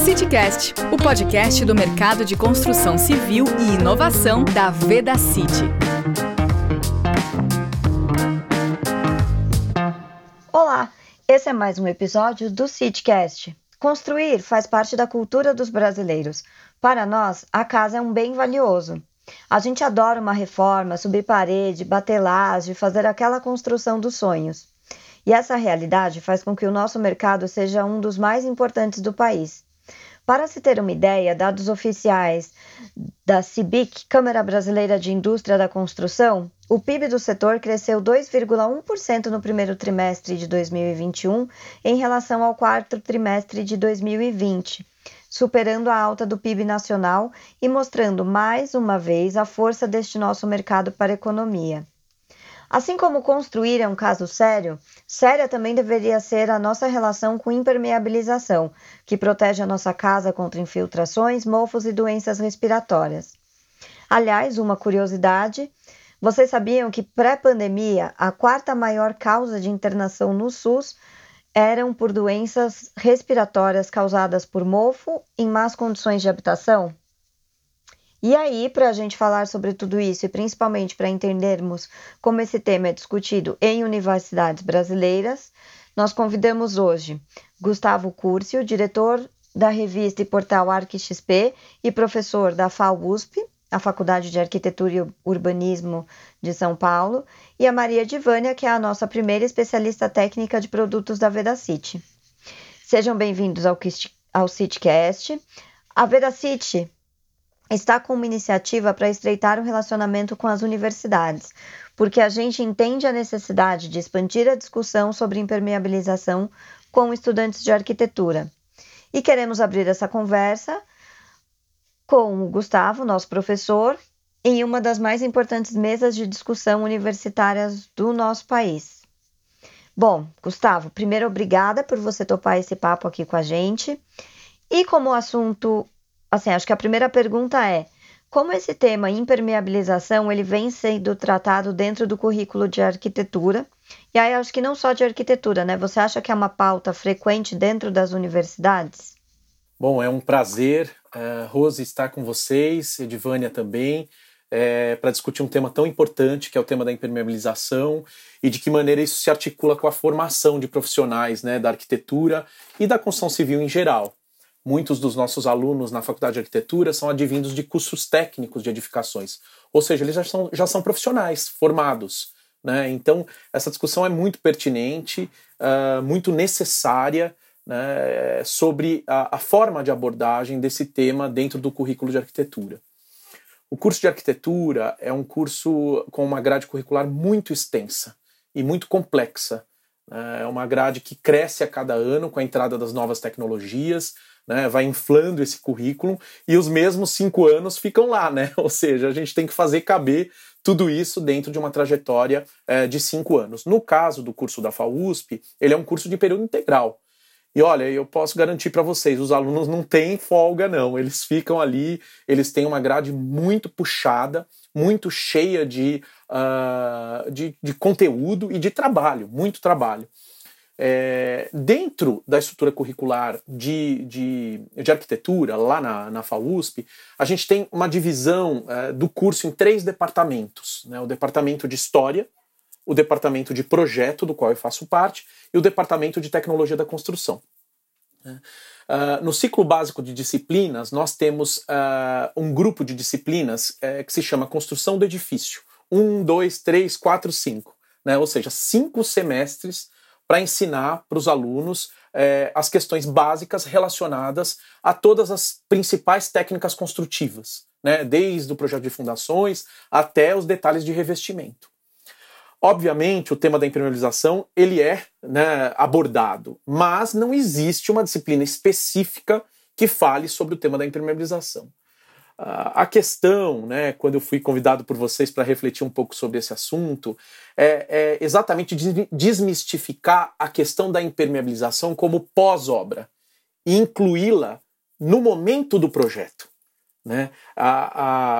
CityCast, o podcast do mercado de construção civil e inovação da Vedacity. Olá, esse é mais um episódio do CityCast. Construir faz parte da cultura dos brasileiros. Para nós, a casa é um bem valioso. A gente adora uma reforma, subir parede, bater laje, fazer aquela construção dos sonhos. E essa realidade faz com que o nosso mercado seja um dos mais importantes do país. Para se ter uma ideia, dados oficiais da CBIC, Câmara Brasileira de Indústria da Construção, o PIB do setor cresceu 2,1% no primeiro trimestre de 2021 em relação ao quarto trimestre de 2020, superando a alta do PIB nacional e mostrando mais uma vez a força deste nosso mercado para a economia. Assim como construir é um caso sério, séria também deveria ser a nossa relação com impermeabilização, que protege a nossa casa contra infiltrações, mofos e doenças respiratórias. Aliás, uma curiosidade, vocês sabiam que pré-pandemia a quarta maior causa de internação no SUS eram por doenças respiratórias causadas por mofo em más condições de habitação? E aí, para a gente falar sobre tudo isso e principalmente para entendermos como esse tema é discutido em universidades brasileiras, nós convidamos hoje Gustavo Curcio, diretor da revista e portal ArcXP e professor da FAUSP, a Faculdade de Arquitetura e Urbanismo de São Paulo, e a Maria Divânia, que é a nossa primeira especialista técnica de produtos da Vedacity. Sejam bem-vindos ao CityCast. A Vedacity está com uma iniciativa para estreitar o relacionamento com as universidades, porque a gente entende a necessidade de expandir a discussão sobre impermeabilização com estudantes de arquitetura. E queremos abrir essa conversa com o Gustavo, nosso professor, em uma das mais importantes mesas de discussão universitárias do nosso país. Bom, Gustavo, primeiro, obrigada por você topar esse papo aqui com a gente. E como assunto, acho que a primeira pergunta é: como esse tema impermeabilização ele vem sendo tratado dentro do currículo de arquitetura? E aí acho que não só de arquitetura, né? Você acha que é uma pauta frequente dentro das universidades? Bom, é um prazer, Rose, estar com vocês, Edivânia também, para discutir um tema tão importante que é o tema da impermeabilização e de que maneira isso se articula com a formação de profissionais, né, da arquitetura e da construção civil em geral. Muitos dos nossos alunos na Faculdade de Arquitetura são advindos de cursos técnicos de edificações, ou seja, eles já são profissionais formados, né? Então, essa discussão é muito pertinente, muito necessária, né, sobre a forma de abordagem desse tema dentro do currículo de arquitetura. O curso de arquitetura é um curso com uma grade curricular muito extensa e muito complexa. É uma grade que cresce a cada ano com a entrada das novas tecnologias, né, vai inflando esse currículo e os mesmos 5 anos ficam lá, né? Ou seja, a gente tem que fazer caber tudo isso dentro de uma trajetória de 5 anos. No caso do curso da FAUSP, ele é um curso de período integral. E olha, eu posso garantir para vocês, os alunos não têm folga não, eles ficam ali, eles têm uma grade muito puxada, muito cheia de conteúdo e de trabalho, muito trabalho. Dentro da estrutura curricular de arquitetura, lá na FAUSP, a gente tem uma divisão do curso em 3 departamentos, né? O departamento de História, o departamento de Projeto, do qual eu faço parte, e o departamento de Tecnologia da Construção. No ciclo básico de disciplinas, nós temos um grupo de disciplinas que se chama Construção do Edifício. 1, 2, 3, 4, 5. Né? Ou seja, 5 semestres para ensinar para os alunos as questões básicas relacionadas a todas as principais técnicas construtivas, né? Desde o projeto de fundações até os detalhes de revestimento. Obviamente, o tema da impermeabilização ele é, né, abordado, mas não existe uma disciplina específica que fale sobre o tema da impermeabilização. A questão, né, quando eu fui convidado por vocês para refletir um pouco sobre esse assunto, é exatamente desmistificar a questão da impermeabilização como pós-obra e incluí-la no momento do projeto. Né?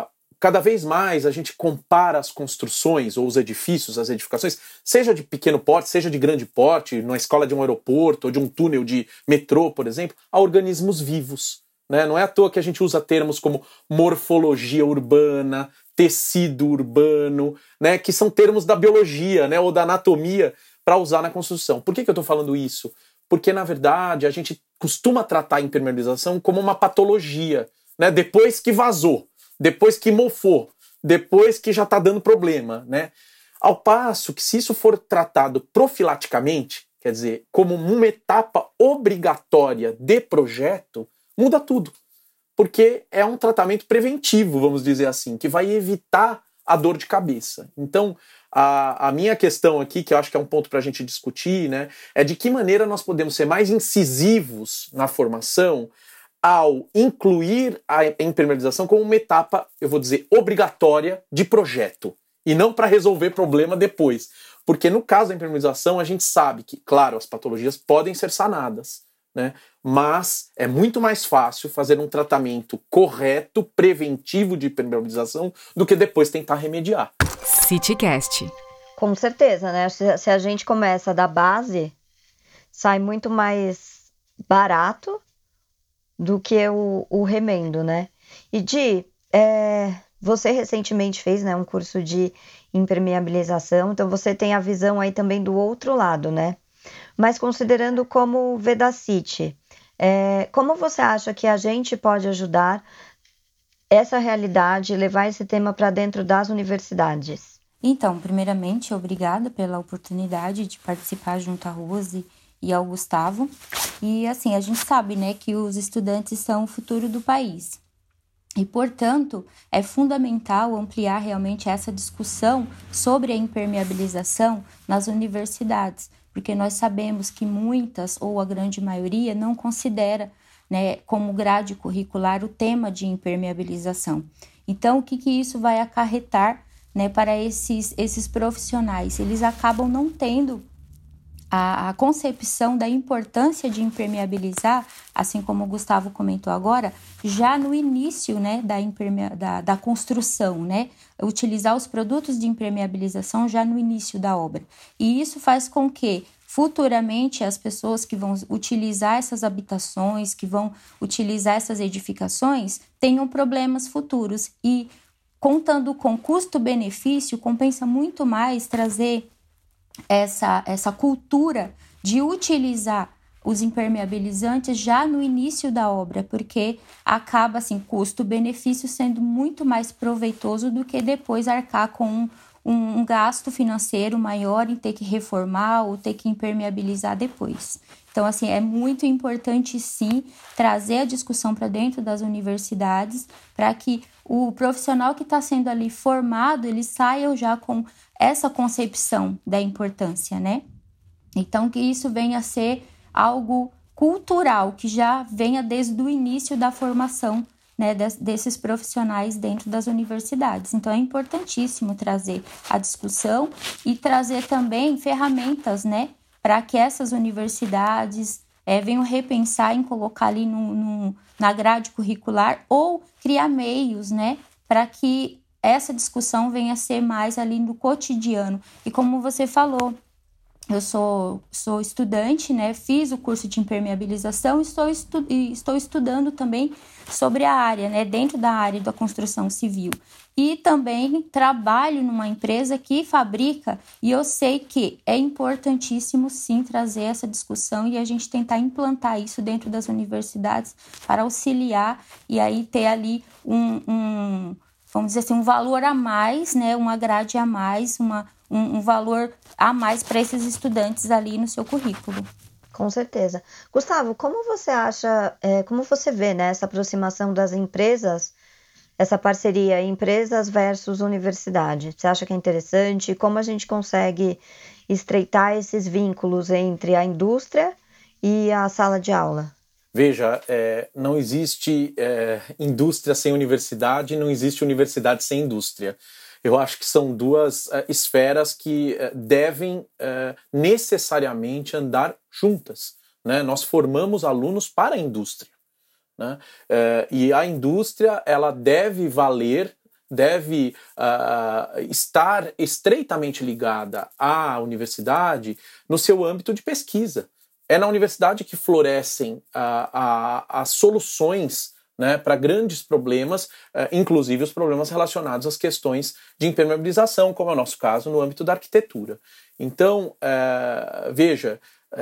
cada vez mais a gente compara as construções ou os edifícios, as edificações, seja de pequeno porte, seja de grande porte, na escola de um aeroporto ou de um túnel de metrô, por exemplo, a organismos vivos. Né? Não é à toa que a gente usa termos como morfologia urbana, tecido urbano, né? Que são termos da biologia, né? Ou da anatomia para usar na construção. Por que eu estou falando isso? Porque, na verdade, a gente costuma tratar a impermeabilização como uma patologia, né? Depois que vazou, depois que mofou, depois que já está dando problema, né? Ao passo que, se isso for tratado profilaticamente, quer dizer, como uma etapa obrigatória de projeto, muda tudo. Porque é um tratamento preventivo, vamos dizer assim, que vai evitar a dor de cabeça. Então, a minha questão aqui, que eu acho que é um ponto para a gente discutir, né, é de que maneira nós podemos ser mais incisivos na formação ao incluir a impermeabilização como uma etapa, eu vou dizer, obrigatória de projeto, e não para resolver problema depois. Porque no caso da impermeabilização, a gente sabe que, claro, as patologias podem ser sanadas, né? Mas é muito mais fácil fazer um tratamento correto, preventivo de impermeabilização do que depois tentar remediar. CityCast. Com certeza, né? Se a gente começa da base, sai muito mais barato do que o remendo, né? E Di, você recentemente fez, né, um curso de impermeabilização, então você tem a visão aí também do outro lado, né? Mas considerando como Vedacity, como você acha que a gente pode ajudar essa realidade, levar esse tema para dentro das universidades? Então, primeiramente, obrigada pela oportunidade de participar junto à Rose e ao Gustavo. E assim, a gente sabe, né, que os estudantes são o futuro do país. E, portanto, é fundamental ampliar realmente essa discussão sobre a impermeabilização nas universidades, porque nós sabemos que muitas, ou a grande maioria, não considera, né, como grade curricular o tema de impermeabilização. Então, o que isso vai acarretar, né, para esses profissionais? Eles acabam não tendo a concepção da importância de impermeabilizar, assim como o Gustavo comentou agora, já no início, né, da construção, né, utilizar os produtos de impermeabilização já no início da obra. E isso faz com que futuramente as pessoas que vão utilizar essas habitações, que vão utilizar essas edificações, tenham problemas futuros. E contando com custo-benefício, compensa muito mais trazer essa cultura de utilizar os impermeabilizantes já no início da obra, porque acaba, assim, custo-benefício sendo muito mais proveitoso do que depois arcar com um gasto financeiro maior em ter que reformar ou ter que impermeabilizar depois. Então, assim, é muito importante, sim, trazer a discussão para dentro das universidades para que o profissional que está sendo ali formado, ele saia já com essa concepção da importância, né? Então, que isso venha a ser algo cultural, que já venha desde o início da formação, né, desses profissionais dentro das universidades. Então, é importantíssimo trazer a discussão e trazer também ferramentas, né, para que essas universidades venham repensar em colocar ali na grade curricular ou criar meios, né, para que essa discussão venha a ser mais ali no cotidiano. E como você falou, eu sou estudante, né? Fiz o curso de impermeabilização e estou estudando também sobre a área, né? Dentro da área da construção civil. E também trabalho numa empresa que fabrica, e eu sei que é importantíssimo, sim, trazer essa discussão e a gente tentar implantar isso dentro das universidades para auxiliar e aí ter ali vamos dizer assim, um valor a mais, né? Uma grade a mais, um valor a mais para esses estudantes ali no seu currículo. Com certeza. Gustavo, como você acha, como você vê, né, essa aproximação das empresas, essa parceria empresas versus universidade? Você acha que é interessante? Como a gente consegue estreitar esses vínculos entre a indústria e a sala de aula? Veja, não existe indústria sem universidade, não existe universidade sem indústria. Eu acho que são duas esferas que devem necessariamente andar juntas, né? Nós formamos alunos para a indústria, né? E a indústria ela deve valer deve estar estreitamente ligada à universidade no seu âmbito de pesquisa. É na universidade que florescem as soluções, né, para grandes problemas, inclusive os problemas relacionados às questões de impermeabilização, como é o nosso caso no âmbito da arquitetura. Então, veja,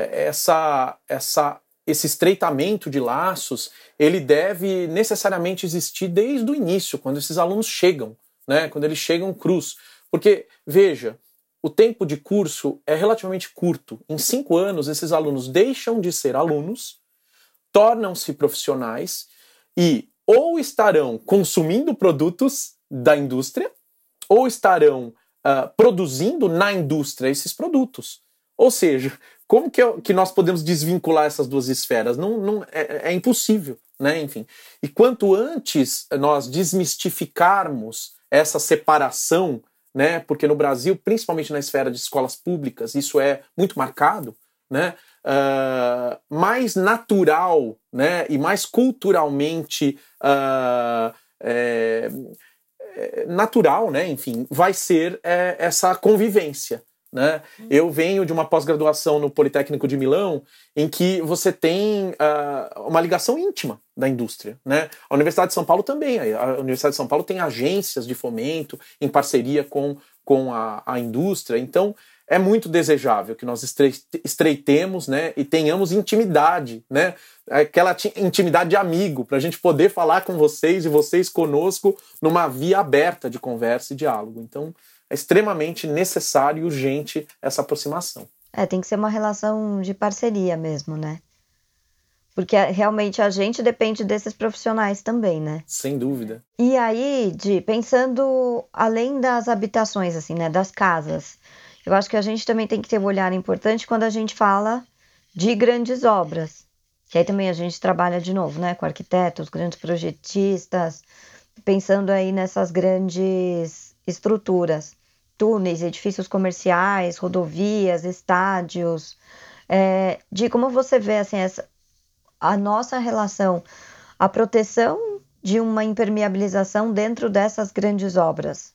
esse estreitamento de laços, ele deve necessariamente existir desde o início, quando esses alunos chegam, né, quando eles chegam crus. Porque, veja, o tempo de curso é relativamente curto. Em 5 anos, esses alunos deixam de ser alunos, tornam-se profissionais e ou estarão consumindo produtos da indústria ou estarão produzindo na indústria esses produtos. Ou seja, como que nós podemos desvincular essas duas esferas? É impossível, né? Enfim. E quanto antes nós desmistificarmos essa separação, né? Porque no Brasil, principalmente na esfera de escolas públicas, isso é muito marcado, né? Mais natural, né? E mais culturalmente natural, né? Enfim, vai ser essa convivência. Né? Eu venho de uma pós-graduação no Politécnico de Milão, em que você tem uma ligação íntima da indústria. Né? A Universidade de São Paulo também. A Universidade de São Paulo tem agências de fomento em parceria com a indústria. Então, é muito desejável que nós estreitemos, né, e tenhamos intimidade, né? Aquela intimidade de amigo, para a gente poder falar com vocês e vocês conosco numa via aberta de conversa e diálogo. Então, é extremamente necessário e urgente essa aproximação. Tem que ser uma relação de parceria mesmo, né? Porque realmente a gente depende desses profissionais também, né? Sem dúvida. E aí, pensando além das habitações, assim, né? Das casas, eu acho que a gente também tem que ter um olhar importante quando a gente fala de grandes obras. Que aí também a gente trabalha de novo, né? Com arquitetos, grandes projetistas, pensando aí nessas grandes estruturas. Túneis, edifícios comerciais, rodovias, estádios. De como você vê assim, a nossa relação, a proteção de uma impermeabilização dentro dessas grandes obras?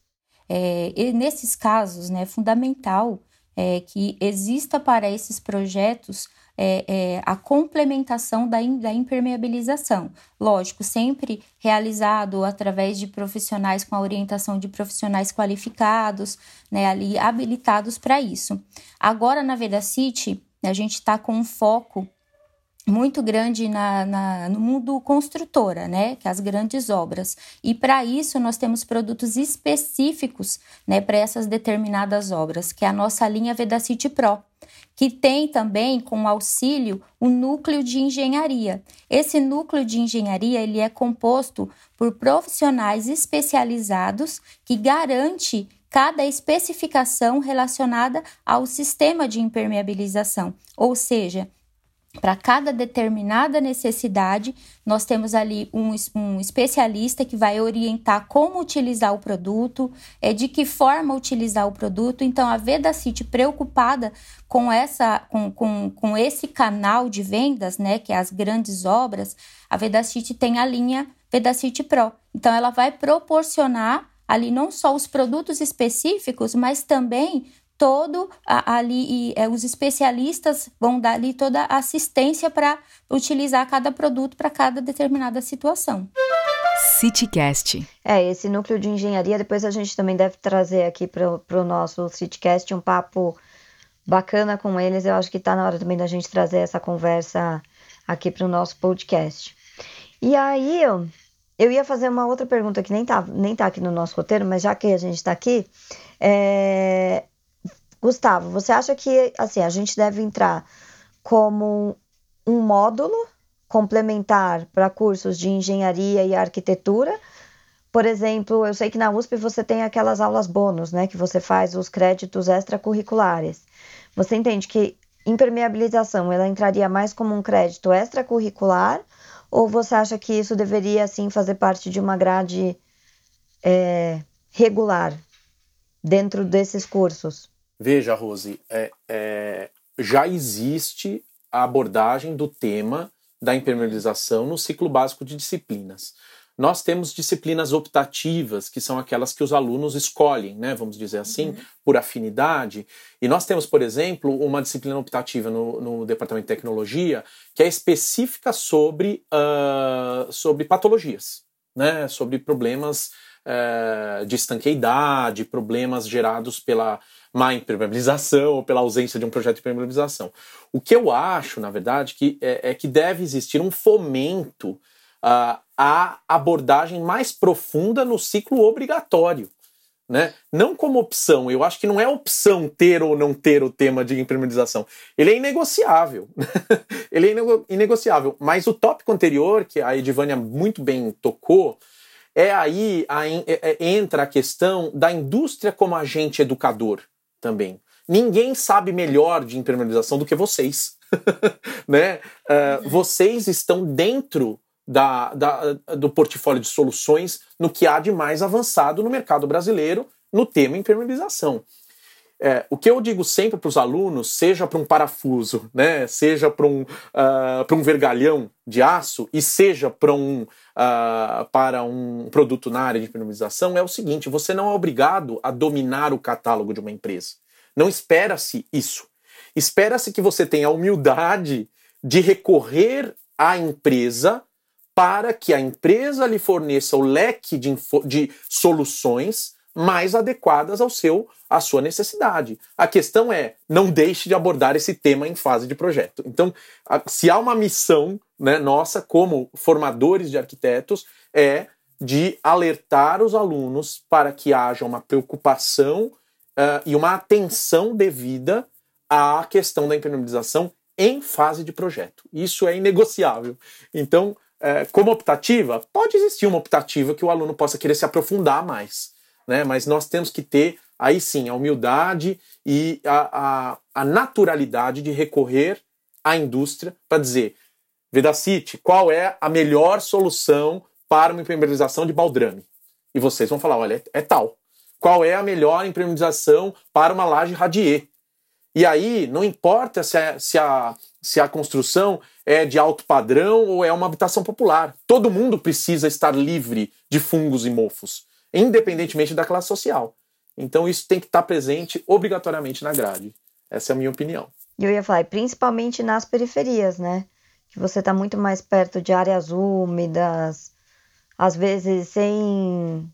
E nesses casos, né, é fundamental que exista para esses projetos a complementação da impermeabilização. Lógico, sempre realizado através de profissionais com a orientação de profissionais qualificados, né, ali habilitados para isso. Agora, na Vedacity, a gente está com um foco muito grande no mundo construtora, né, que é as grandes obras. E para isso nós temos produtos específicos, né, para essas determinadas obras, que é a nossa linha Vedacity Pro, que tem também com auxílio o núcleo de engenharia. Esse núcleo de engenharia ele é composto por profissionais especializados que garante cada especificação relacionada ao sistema de impermeabilização, ou seja, para cada determinada necessidade, nós temos ali um especialista que vai orientar como utilizar o produto, de que forma utilizar o produto. Então, a Vedacity, preocupada com esse canal de vendas, né, que é as grandes obras, a Vedacity tem a linha Vedacity Pro. Então, ela vai proporcionar ali não só os produtos específicos, mas também os especialistas vão dar ali toda a assistência para utilizar cada produto para cada determinada situação. CityCast. Esse núcleo de engenharia, depois a gente também deve trazer aqui para o nosso CityCast um papo bacana com eles. Eu acho que está na hora também da gente trazer essa conversa aqui para o nosso podcast. E aí, eu ia fazer uma outra pergunta que nem tá aqui no nosso roteiro, mas já que a gente está aqui, Gustavo, você acha que assim, a gente deve entrar como um módulo complementar para cursos de engenharia e arquitetura? Por exemplo, eu sei que na USP você tem aquelas aulas bônus, né, que você faz os créditos extracurriculares. Você entende que impermeabilização ela entraria mais como um crédito extracurricular ou você acha que isso deveria assim fazer parte de uma grade regular dentro desses cursos? Veja, Rose, já existe a abordagem do tema da impermeabilização no ciclo básico de disciplinas. nós temos disciplinas optativas, que são aquelas que os alunos escolhem, né, vamos dizer assim, por afinidade. E nós temos, por exemplo, uma disciplina optativa no Departamento de Tecnologia que é específica sobre patologias, né, sobre problemas de estanqueidade, problemas gerados pela má impermeabilização ou pela ausência de um projeto de impermeabilização. O que eu acho, na verdade, que deve existir um fomento à abordagem mais profunda no ciclo obrigatório, né? Não como opção. Eu acho que não é opção ter ou não ter o tema de impermeabilização. Ele é inegociável. Ele é inegociável. Mas o tópico anterior, que a Edivânia muito bem tocou, entra a questão da indústria como agente educador também. Ninguém sabe melhor de impermeabilização do que vocês. Né? Vocês estão dentro do portfólio de soluções no que há de mais avançado no mercado brasileiro no tema impermeabilização. O que eu digo sempre para os alunos, seja para um parafuso, né, seja para um vergalhão de aço e seja para um produto na área de impermeabilização, é o seguinte: você não é obrigado a dominar o catálogo de uma empresa. Não espera-se isso. Espera-se que você tenha a humildade de recorrer à empresa para que a empresa lhe forneça o leque de soluções mais adequadas à sua necessidade. A questão é, não deixe de abordar esse tema em fase de projeto. Então, se há uma missão, né, nossa como formadores de arquitetos, é de alertar os alunos para que haja uma preocupação e uma atenção devida à questão da impermeabilização em fase de projeto. Isso é inegociável. Então, como optativa, pode existir uma optativa que o aluno possa querer se aprofundar mais, né? Mas nós temos que ter, aí sim, a humildade e a naturalidade de recorrer à indústria para dizer: Vedacity, qual é a melhor solução para uma impermeabilização de baldrame? E vocês vão falar: olha, é tal. Qual é a melhor impermeabilização para uma laje radier? E aí, não importa se a construção é de alto padrão ou é uma habitação popular. Todo mundo precisa estar livre de fungos e mofos, independentemente da classe social. Então isso tem que estar presente obrigatoriamente na grade. Essa é a minha opinião. E eu ia falar, principalmente nas periferias, né? Que você está muito mais perto de áreas úmidas, às vezes sem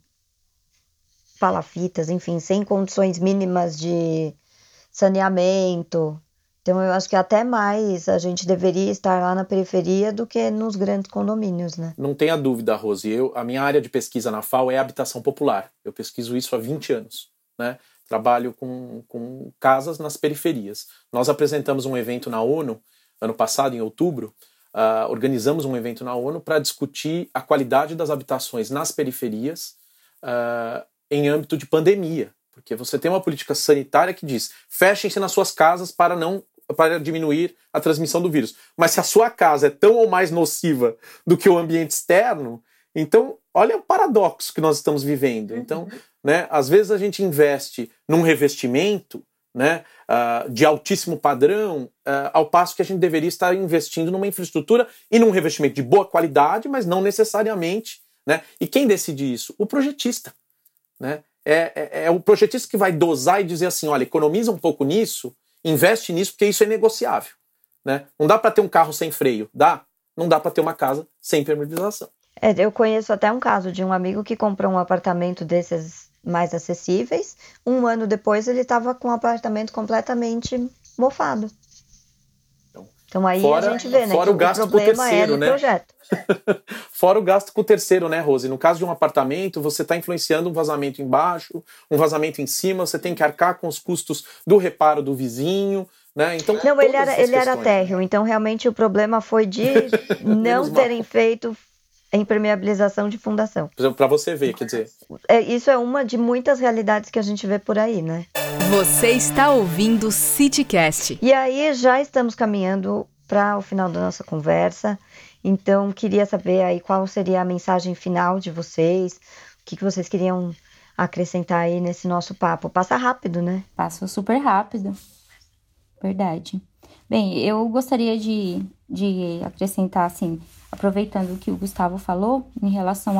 palafitas, enfim, sem condições mínimas de saneamento. Então eu acho que até mais a gente deveria estar lá na periferia do que nos grandes condomínios, né? Não tenha dúvida, Rose. A minha área de pesquisa na FAO é habitação popular. Eu pesquiso isso há 20 anos, né? Trabalho com casas nas periferias. Nós apresentamos um evento na ONU, ano passado, em outubro, organizamos um evento na ONU para discutir a qualidade das habitações nas periferias em âmbito de pandemia. Porque você tem uma política sanitária que diz: fechem-se nas suas casas para diminuir a transmissão do vírus. Mas se a sua casa é tão ou mais nociva do que o ambiente externo, então olha o paradoxo que nós estamos vivendo. Então, né, às vezes a gente investe num revestimento, né, de altíssimo padrão, ao passo que a gente deveria estar investindo numa infraestrutura e num revestimento de boa qualidade, mas não necessariamente, né? E quem decide isso? O projetista, né? É o projetista que vai dosar e dizer assim: olha, economiza um pouco nisso, investe nisso, porque isso é negociável, né? Não dá para ter um carro sem freio, não dá para ter uma casa sem impermeabilização. Eu conheço até um caso de um amigo que comprou um apartamento desses mais acessíveis. Um ano depois ele estava com o apartamento completamente mofado. Então aí a gente vê, né, fora que o gasto o problema com o terceiro, é do né? projeto. Fora o gasto com o terceiro, né, Rose? No caso de um apartamento, você está influenciando um vazamento embaixo, um vazamento em cima, você tem que arcar com os custos do reparo do vizinho, né? Então, não, ele era térreo, então realmente o problema foi de não terem feito a impermeabilização de fundação. Para você ver, quer dizer... Isso é uma de muitas realidades que a gente vê por aí, né? Você está ouvindo o CityCast. E aí já estamos caminhando para o final da nossa conversa. Então, queria saber aí qual seria a mensagem final de vocês, o que vocês queriam acrescentar aí nesse nosso papo. Passa rápido, né? Passa super rápido. Verdade. Bem, eu gostaria de acrescentar, assim, aproveitando o que o Gustavo falou, em relação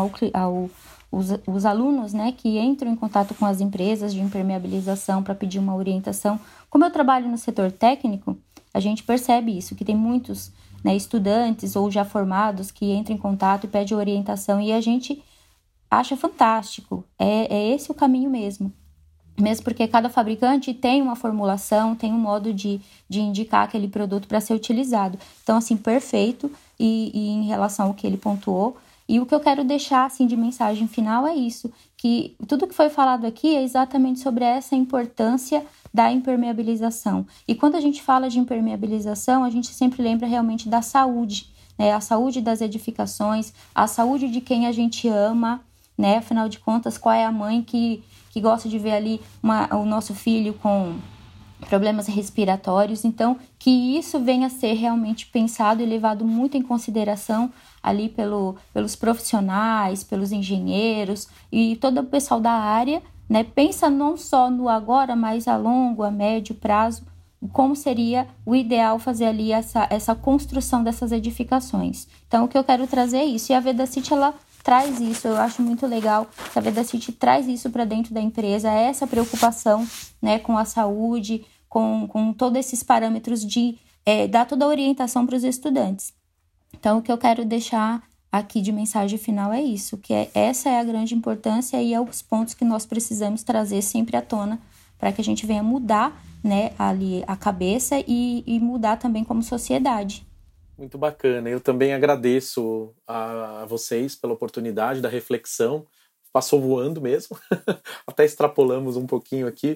os alunos, né, que entram em contato com as empresas de impermeabilização para pedir uma orientação. Como eu trabalho no setor técnico, a gente percebe isso, que tem muitos, né, estudantes ou já formados que entram em contato e pedem orientação, e a gente acha fantástico, é esse o caminho mesmo porque cada fabricante tem uma formulação, tem um modo de indicar aquele produto para ser utilizado. Então, assim, perfeito, e em relação ao que ele pontuou. E o que eu quero deixar, assim, de mensagem final é isso, que tudo que foi falado aqui é exatamente sobre essa importância da impermeabilização. E quando a gente fala de impermeabilização, a gente sempre lembra realmente da saúde, né? A saúde das edificações, a saúde de quem a gente ama, né? Afinal de contas, qual é a mãe que gosta de ver ali o nosso filho com problemas respiratórios? Então, que isso venha a ser realmente pensado e levado muito em consideração ali pelos profissionais, pelos engenheiros e todo o pessoal da área, né? Pensa não só no agora, mas a longo, a médio prazo, como seria o ideal fazer ali essa construção dessas edificações. Então, o que eu quero trazer é isso. E a Vedacity, ela traz isso, eu acho muito legal que a Vedacity traz isso para dentro da empresa, essa preocupação, né, com a saúde, com todos esses parâmetros de dar toda a orientação para os estudantes. Então, o que eu quero deixar aqui de mensagem final é isso, que essa é a grande importância e é os pontos que nós precisamos trazer sempre à tona para que a gente venha mudar, né, ali a cabeça e mudar também como sociedade. Muito bacana. Eu também agradeço a vocês pela oportunidade da reflexão. Passou voando mesmo. Até extrapolamos um pouquinho aqui.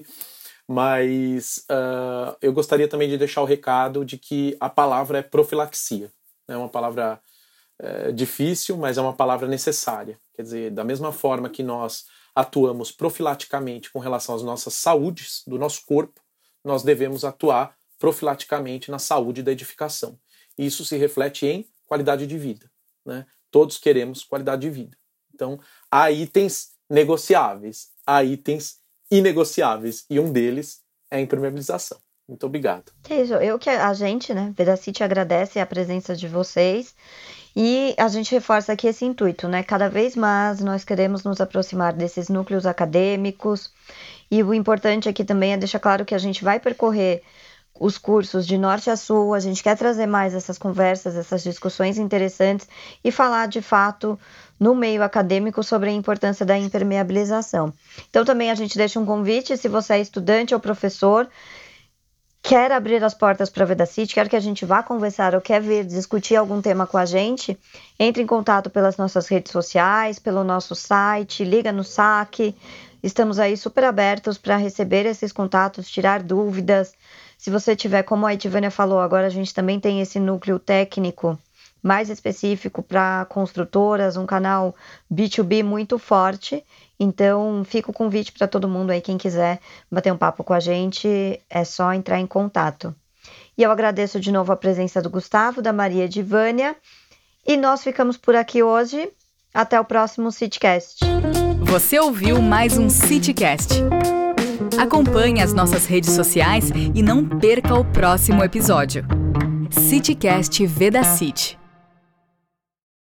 Mas eu gostaria também de deixar o recado de que a palavra é profilaxia. É uma palavra difícil, mas é uma palavra necessária. Quer dizer, da mesma forma que nós atuamos profilaticamente com relação às nossas saúdes do nosso corpo, nós devemos atuar profilaticamente na saúde da edificação. Isso se reflete em qualidade de vida, né? Todos queremos qualidade de vida. Então, há itens negociáveis, há itens inegociáveis, e um deles é a impermeabilização. Muito obrigado. Isso, a gente, né, Vedacity agradece a presença de vocês e a gente reforça aqui esse intuito, né? Cada vez mais nós queremos nos aproximar desses núcleos acadêmicos, e o importante aqui também é deixar claro que a gente vai percorrer os cursos de norte a sul, a gente quer trazer mais essas conversas, essas discussões interessantes e falar de fato no meio acadêmico sobre a importância da impermeabilização. Então também a gente deixa um convite, se você é estudante ou professor, quer abrir as portas para a Vedacity, quer que a gente vá conversar ou quer vir discutir algum tema com a gente, entre em contato pelas nossas redes sociais, pelo nosso site, liga no saque. Estamos aí super abertos para receber esses contatos, tirar dúvidas. Se você tiver, como a Edivânia falou, agora a gente também tem esse núcleo técnico mais específico para construtoras, um canal B2B muito forte. Então, fica o convite para todo mundo aí, quem quiser bater um papo com a gente, é só entrar em contato. E eu agradeço de novo a presença do Gustavo, da Maria Edivânia, e nós ficamos por aqui hoje. Até o próximo CityCast. Você ouviu mais um CityCast. Acompanhe as nossas redes sociais e não perca o próximo episódio. CityCast Vedacity.